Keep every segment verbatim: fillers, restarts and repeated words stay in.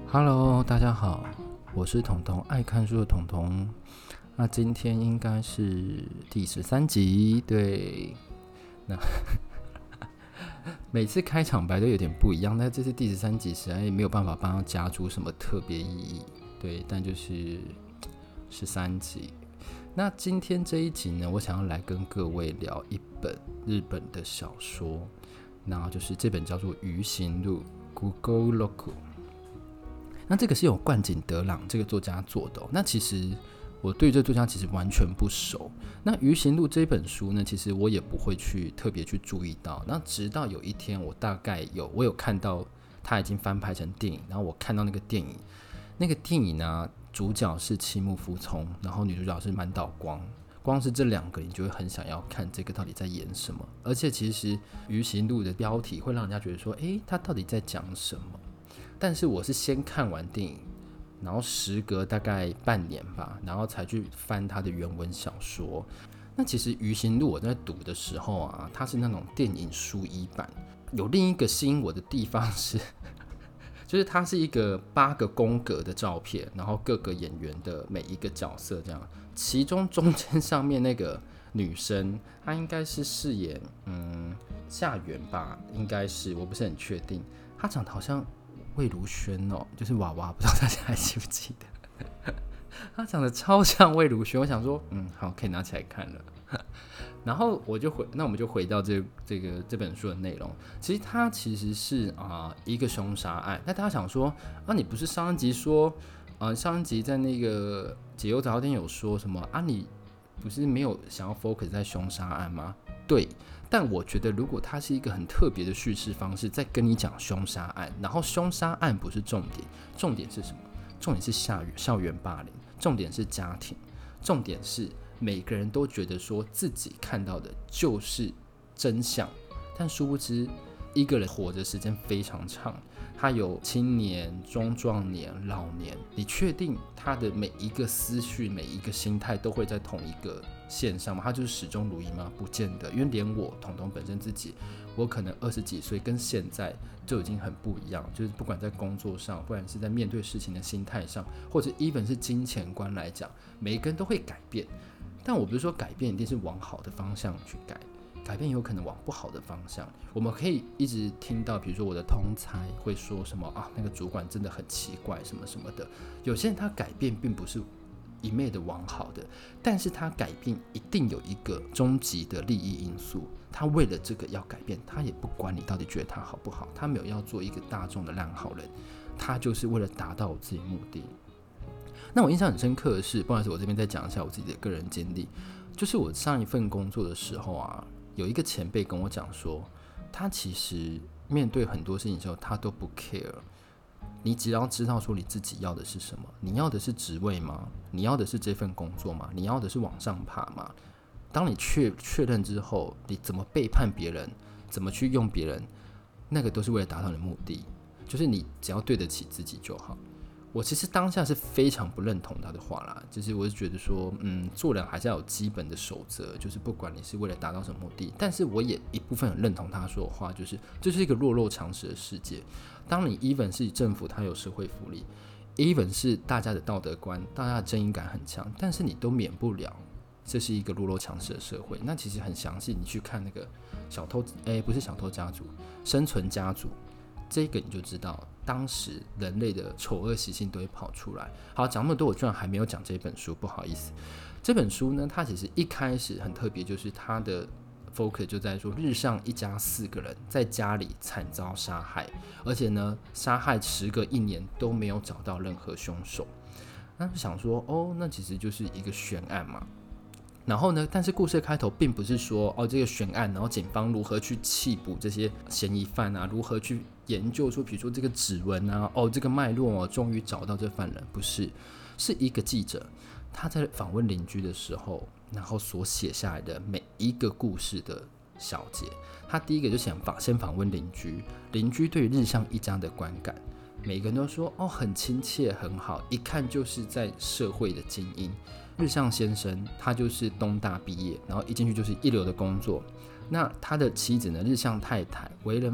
Hello，大家好，我是彤彤，爱看书的彤彤。那今天应该是第十三集，对。那每次开场白都有点不一样，但这是第十三集，实在也没有办法帮它加注什么特别意义，对。但就是十三集。那今天这一集呢，我想要来跟各位聊一本日本的小说，那就是这本叫做《鱼行录》（Google Roku）。那这个是有冠井德朗这个作家做的、哦。那其实我对这个作家其实完全不熟。那《鱼行录》这本书呢，其实我也不会去特别去注意到。那直到有一天，我大概有我有看到他已经翻拍成电影，然后我看到那个电影，那个电影呢，主角是妻木福聪，然后女主角是满岛光。光是这两个，你就会很想要看这个到底在演什么。而且其实《鱼行录》的标题会让人家觉得说，诶，他到底在讲什么？但是我是先看完电影，然后时隔大概半年吧，然后才去翻他的原文小说。那其实《鱼行录》我在读的时候啊，它是那种电影书衣版。有另一个吸引我的地方是，就是它是一个八个宫格的照片，然后各个演员的每一个角色这样。其中中间上面那个女生，她应该是饰演嗯夏元吧，应该是，我不是很确定。她长得好像魏如萱哦，就是娃娃，不知道大家还记不记得？她长得超像魏如萱，我想说，嗯，好，可以拿起来看了。然后我就回，那我们就回到这这个这本书的内容。其实它其实是啊、呃、一个凶杀案。那大家想说，啊，你不是上一集说，呃，上一集在那个解忧杂货店有说什么啊？你不是没有想要 focus 在凶杀案吗？对。但我觉得，如果它是一个很特别的叙事方式，在跟你讲凶杀案，然后凶杀案不是重点，重点是什么？重点是校园霸凌，重点是家庭，重点是每个人都觉得说自己看到的就是真相，但殊不知，一个人活着时间非常长，他有青年、中壮年、老年，你确定他的每一个思绪、每一个心态都会在同一个线上吗？他就是始终如一吗？不见得，因为连我彤彤本身自己，我可能二十几岁跟现在就已经很不一样，就是不管在工作上，不管是在面对事情的心态上，或者 even 是金钱观来讲，每一个人都会改变。但我不是说改变一定是往好的方向去改，改变有可能往不好的方向。我们可以一直听到，比如说我的同才会说什么啊，那个主管真的很奇怪，什么什么的。有些人他改变并不是一昧的往好的，但是他改变一定有一个终极的利益因素。他为了这个要改变，他也不管你到底觉得他好不好，他没有要做一个大众的烂好人，他就是为了达到我自己的目的。那我印象很深刻的是，不好意思，我这边再讲一下我自己的个人经历，就是我上一份工作的时候啊，有一个前辈跟我讲说，他其实面对很多事情的时候，他都不 care。你只要知道说你自己要的是什么，你要的是职位吗？你要的是这份工作吗？你要的是往上爬吗？当你确确认之后，你怎么背叛别人，怎么去用别人，那个都是为了达到你的目的，就是你只要对得起自己就好。我其实当下是非常不认同他的话啦，就是我是觉得说，嗯，做人还是要有基本的守则，就是不管你是为了达到什么目的，但是我也一部分很认同他说的话，就是这、就是一个弱肉强食的世界。当你 even 是政府，它有社会福利 ，even 是大家的道德观，大家的正义感很强，但是你都免不了，这是一个弱肉强食的社会。那其实很详细，你去看那个小偷，哎，不是小偷家族，生存家族。这个你就知道，当时人类的丑恶习性都会跑出来。好，讲那么多，我居然还没有讲这本书，不好意思。这本书呢，它其实一开始很特别，就是它的 focus 就在说日上一家四个人在家里惨遭杀害，而且呢，杀害时隔一年都没有找到任何凶手。那就想说，哦，那其实就是一个悬案嘛。然后呢？但是故事的开头并不是说哦这个悬案，然后警方如何去缉捕这些嫌疑犯啊，如何去研究说，比如说这个指纹啊，哦这个脉络哦，终于找到这犯人，不是，是一个记者他在访问邻居的时候，然后所写下来的每一个故事的小节。他第一个就想访先访问邻居，邻居对于日向一家的观感，每个人都说哦很亲切很好，一看就是在社会的精英。日向先生他就是东大毕业，然后一进去就是一流的工作。那他的妻子呢，日向太太为人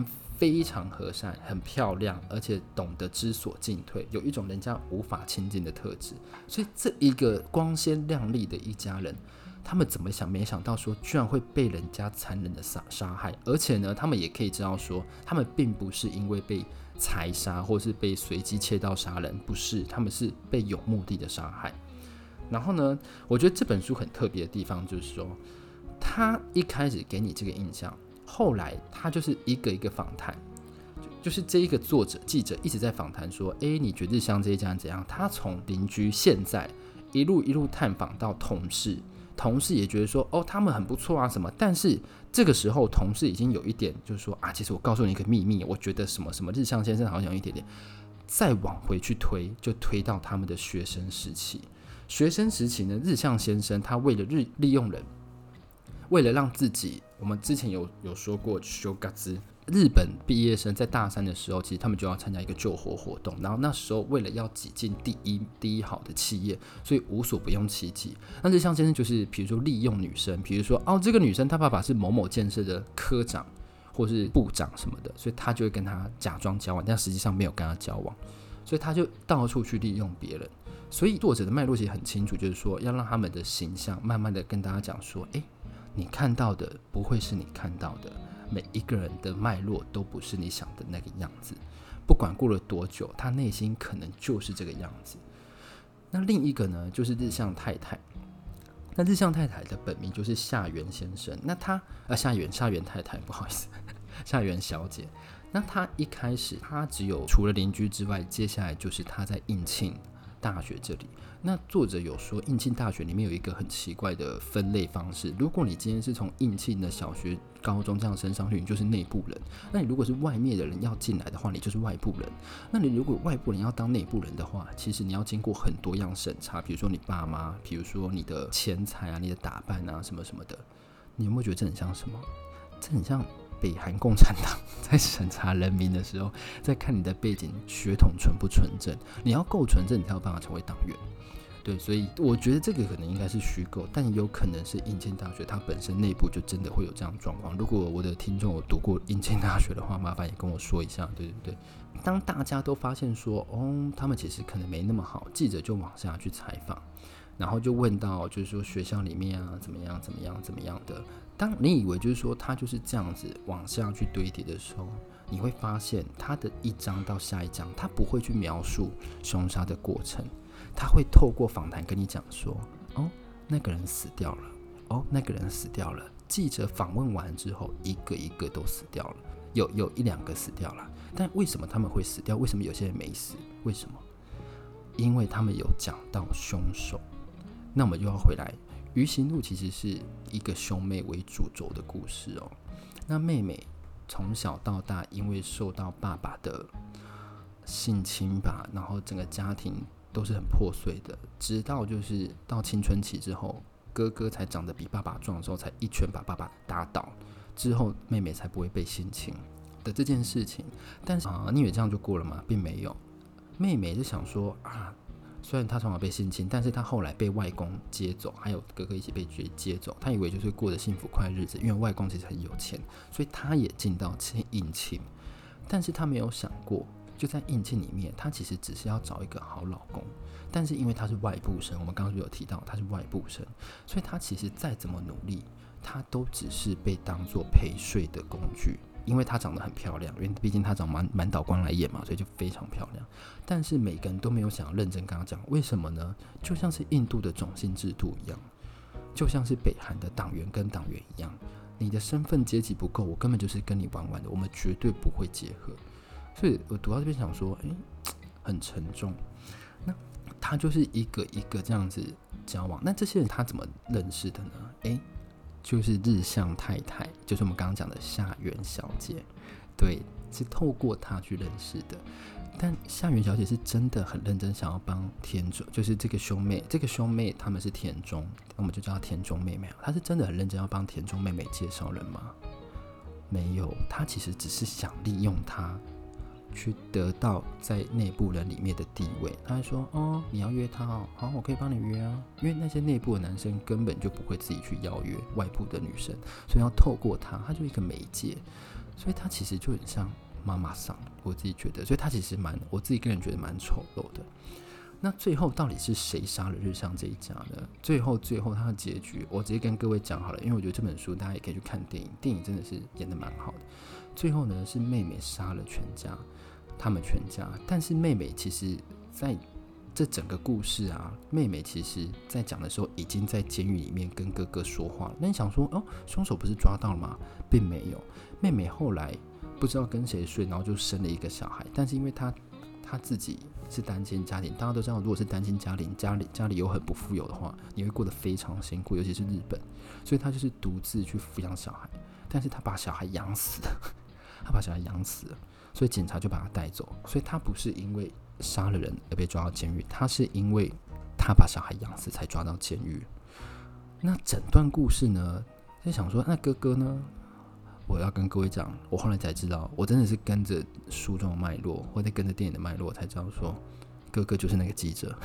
非常和善，很漂亮，而且懂得知所进退，有一种人家无法亲近的特质。所以这一个光鲜亮丽的一家人，他们怎么想没想到说居然会被人家残忍的杀害，而且呢他们也可以知道说他们并不是因为被财杀或是被随机切刀杀人，不是，他们是被有目的的杀害。然后呢我觉得这本书很特别的地方就是说，他一开始给你这个印象，后来他就是一个一个访谈，就是这一个作者记者一直在访谈说，哎，你觉得日向这一家怎样？他从邻居现在一路一路探访到同事，同事也觉得说，哦，他们很不错啊什么。但是这个时候，同事已经有一点就是说啊，其实我告诉你一个秘密，我觉得什么什么日向先生好像有一点点。再往回去推，就推到他们的学生时期。学生时期呢，日向先生他为了日利用人，为了让自己，我们之前有有说过修嘎兹。日本毕业生在大三的时候，其实他们就要参加一个救火活动，然后那时候为了要挤进第一第一好的企业，所以无所不用其极。那日向先生就是，比如说利用女生，比如说哦，这个女生她爸爸是某某建设的科长或是部长什么的，所以他就会跟她假装交往，但实际上没有跟她交往，所以他就到处去利用别人。所以作者的脉络其实很清楚，就是说要让他们的形象慢慢的跟大家讲说，哎，你看到的不会是你看到的。每一个人的脉络都不是你想的那个样子，不管过了多久，他内心可能就是这个样子。那另一个呢，就是日向太太。那日向太太的本名就是夏原先生，那他呃夏原夏原太太，不好意思，夏原小姐。那他一开始，他只有除了邻居之外，接下来就是他在应庆大学这里。那作者有说，应庆大学里面有一个很奇怪的分类方式。如果你今天是从应庆的小学、高中这样升上去，你就是内部人；那你如果是外面的人要进来的话，你就是外部人。那你如果外部人要当内部人的话，其实你要经过很多样审查，比如说你爸妈，比如说你的钱财啊、你的打扮啊什么什么的。你有没有觉得这很像什么？这很像北韩共产党在审查人民的时候，在看你的背景血统纯不纯正。你要够纯正，你才有办法成为党员。对，所以我觉得这个可能应该是虚构，但有可能是应庆大学它本身内部就真的会有这样的状况。如果我的听众有读过应庆大学的话，麻烦也跟我说一下，对对对。当大家都发现说，哦，他们其实可能没那么好，记者就往下去采访，然后就问到，就是说学校里面啊，怎么样，怎么样，怎么样的。当你以为就是说他就是这样子往下去堆叠的时候，你会发现他的一章到下一章，他不会去描述凶杀的过程。他会透过访谈跟你讲说，哦，那个人死掉了，哦，那个人死掉了。记者访问完之后，一个一个都死掉了，有有一两个死掉了。但为什么他们会死掉？为什么有些人没死？为什么？因为他们有讲到凶手。那我们又要回来，余刑录其实是一个兄妹为主轴的故事哦。那妹妹从小到大，因为受到爸爸的性侵吧，然后整个家庭都是很破碎的，直到就是到青春期之后，哥哥才长得比爸爸壮的时候，才一拳把爸爸打倒，之后妹妹才不会被性侵的这件事情。但是啊，你以为这样就过了吗？并没有。妹妹就想说啊，虽然她从小被性侵，但是她后来被外公接走，还有哥哥一起被接走，她以为就是过着幸福快乐日子，因为外公其实很有钱，所以她也进到应庆，但是她没有想过。就在应庆里面，他其实只是要找一个好老公，但是因为他是外部生，我们刚刚就有提到他是外部生，所以他其实再怎么努力，他都只是被当作陪睡的工具。因为他长得很漂亮，因为毕竟他找满满岛光来演嘛，所以就非常漂亮。但是每个人都没有想要认真跟他讲，为什么呢？就像是印度的种姓制度一样，就像是北韩的党员跟党员一样，你的身份阶级不够，我根本就是跟你玩玩的，我们绝对不会结合。所以我读到这边想说，哎、欸，很沉重。那他就是一个一个这样子交往，那这些人他怎么认识的呢？哎、欸，就是日向太太，就是我们刚刚讲的夏原小姐，对，是透过她去认识的。但夏原小姐是真的很认真想要帮田中，就是这个兄妹，这个兄妹他们是田中，我们就叫她田中妹妹。她是真的很认真要帮田中妹妹介绍人吗？没有，她其实只是想利用她。去得到在内部人里面的地位，他还说：“哦，你要约他哦，好，我可以帮你约啊。”因为那些内部的男生根本就不会自己去邀约外部的女生，所以要透过他，他就一个媒介，所以他其实就很像妈妈桑，我自己觉得，所以他其实蛮，我自己个人觉得蛮丑陋的。那最后到底是谁杀了日向这一家呢？最后最后他的结局，我直接跟各位讲好了，因为我觉得这本书大家也可以去看电影，电影真的是演得蛮好的。最后呢是妹妹杀了全家，他们全家，但是妹妹其实在这整个故事啊，妹妹其实在讲的时候已经在监狱里面跟哥哥说话了。那你想说，哦，凶手不是抓到了吗？并没有，妹妹后来不知道跟谁睡，然后就生了一个小孩，但是因为她她自己是单亲家庭，大家都知道，如果是单亲家庭，家里家里又很不富有的话，你会过得非常辛苦，尤其是日本，所以她就是独自去抚养小孩，但是她把小孩养死了，她把小孩养死了，所以警察就把她带走，所以她不是因为杀了人而被抓到监狱，她是因为她把小孩养死才抓到监狱。那整段故事呢，在想说，那哥哥呢？我要跟各位讲，我后来才知道，我真的是跟着书中的脉络，或者跟着电影的脉络，才知道说，哥哥就是那个记者。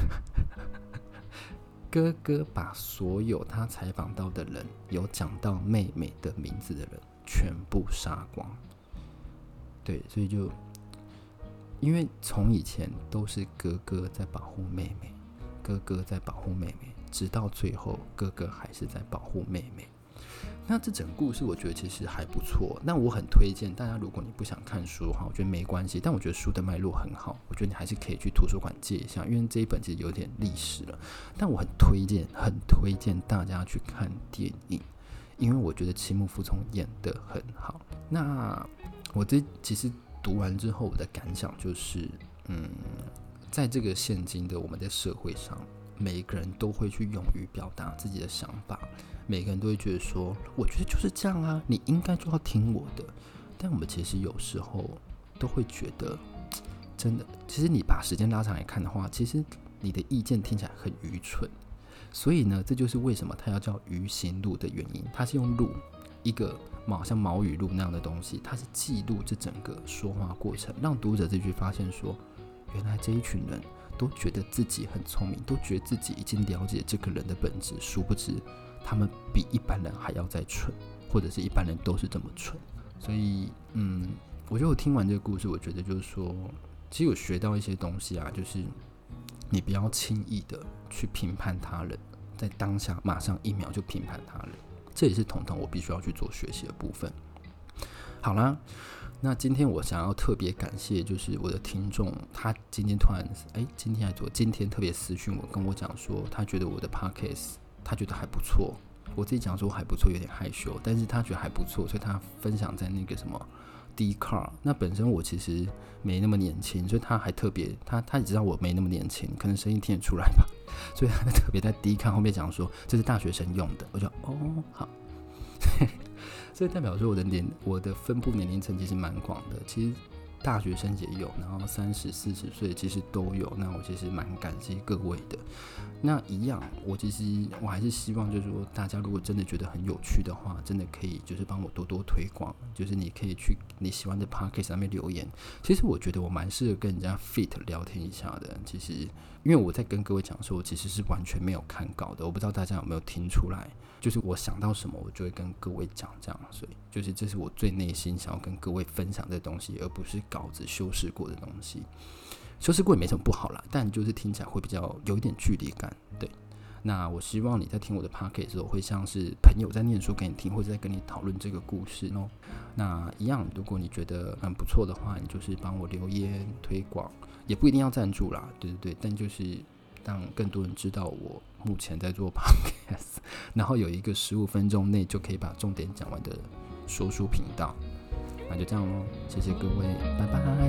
哥哥把所有他采访到的人，有讲到妹妹的名字的人，全部杀光。对，所以就因为从以前都是哥哥在保护妹妹，哥哥在保护妹妹，直到最后，哥哥还是在保护妹妹。那这整个故事我觉得其实还不错，那我很推荐大家，如果你不想看书的话，我觉得没关系，但我觉得书的脉络很好，我觉得你还是可以去图书馆借一下，因为这一本其实有点历史了，但我很推荐很推荐大家去看电影，因为我觉得青木服从演得很好。那我这其实读完之后我的感想就是，嗯，在这个现今的我们的社会上，每一个人都会去勇于表达自己的想法，每个人都会觉得说，我觉得就是这样啊，你应该就要听我的。但我们其实有时候都会觉得，真的，其实你把时间拉长来看的话，其实你的意见听起来很愚蠢。所以呢，这就是为什么它要叫鱼行录的原因。它是用录一个好像毛语录那样的东西，它是记录这整个说话过程，让读者自己发现说，原来这一群人都觉得自己很聪明，都觉得自己已经了解这个人的本质，殊不知他们比一般人还要再蠢，或者是一般人都是这么蠢。所以嗯，我觉得我听完这个故事，我觉得就是说，其实有学到一些东西啊，就是你不要轻易的去评判他人，在当下马上一秒就评判他人，这也是统统我必须要去做学习的部分。好啦，那今天我想要特别感谢，就是我的听众，他今天突然，哎，今天还昨今天特别私讯我，跟我讲说，他觉得我的 podcast 他觉得还不错。我自己讲说还不错，有点害羞，但是他觉得还不错，所以他分享在那个什么 Dcard。那本身我其实没那么年轻，所以他还特别，他他也知道我没那么年轻，可能声音听得出来吧，所以他特别在 Dcard 后面讲说这是大学生用的，我就哦好。所以代表说我的年我的分布年龄层其实蛮广的，其实大学生也有，然后三十四十岁其实都有。那我其实蛮感谢各位的。那一样，我其实我还是希望就是说，大家如果真的觉得很有趣的话，真的可以就是帮我多多推广，就是你可以去你喜欢的 podcast 上面留言。其实我觉得我蛮适合跟人家 fit 聊天一下的。其实因为我在跟各位讲说，我其实是完全没有看稿的，我不知道大家有没有听出来。就是我想到什么，我就会跟各位讲，这样，所以就是这是我最内心想要跟各位分享的东西，而不是稿子修饰过的东西。修饰过也没什么不好啦，但就是听起来会比较有一点距离感。对，那我希望你在听我的 podcast 的时候，会像是朋友在念书给你听，或者在跟你讨论这个故事哦。那一样，如果你觉得很不错的话，你就是帮我留言推广，也不一定要赞助啦，对对对，但就是让更多人知道我目前在做 podcast， 然后有一个十五分钟内就可以把重点讲完的说书频道。那就这样咯，谢谢各位，拜拜。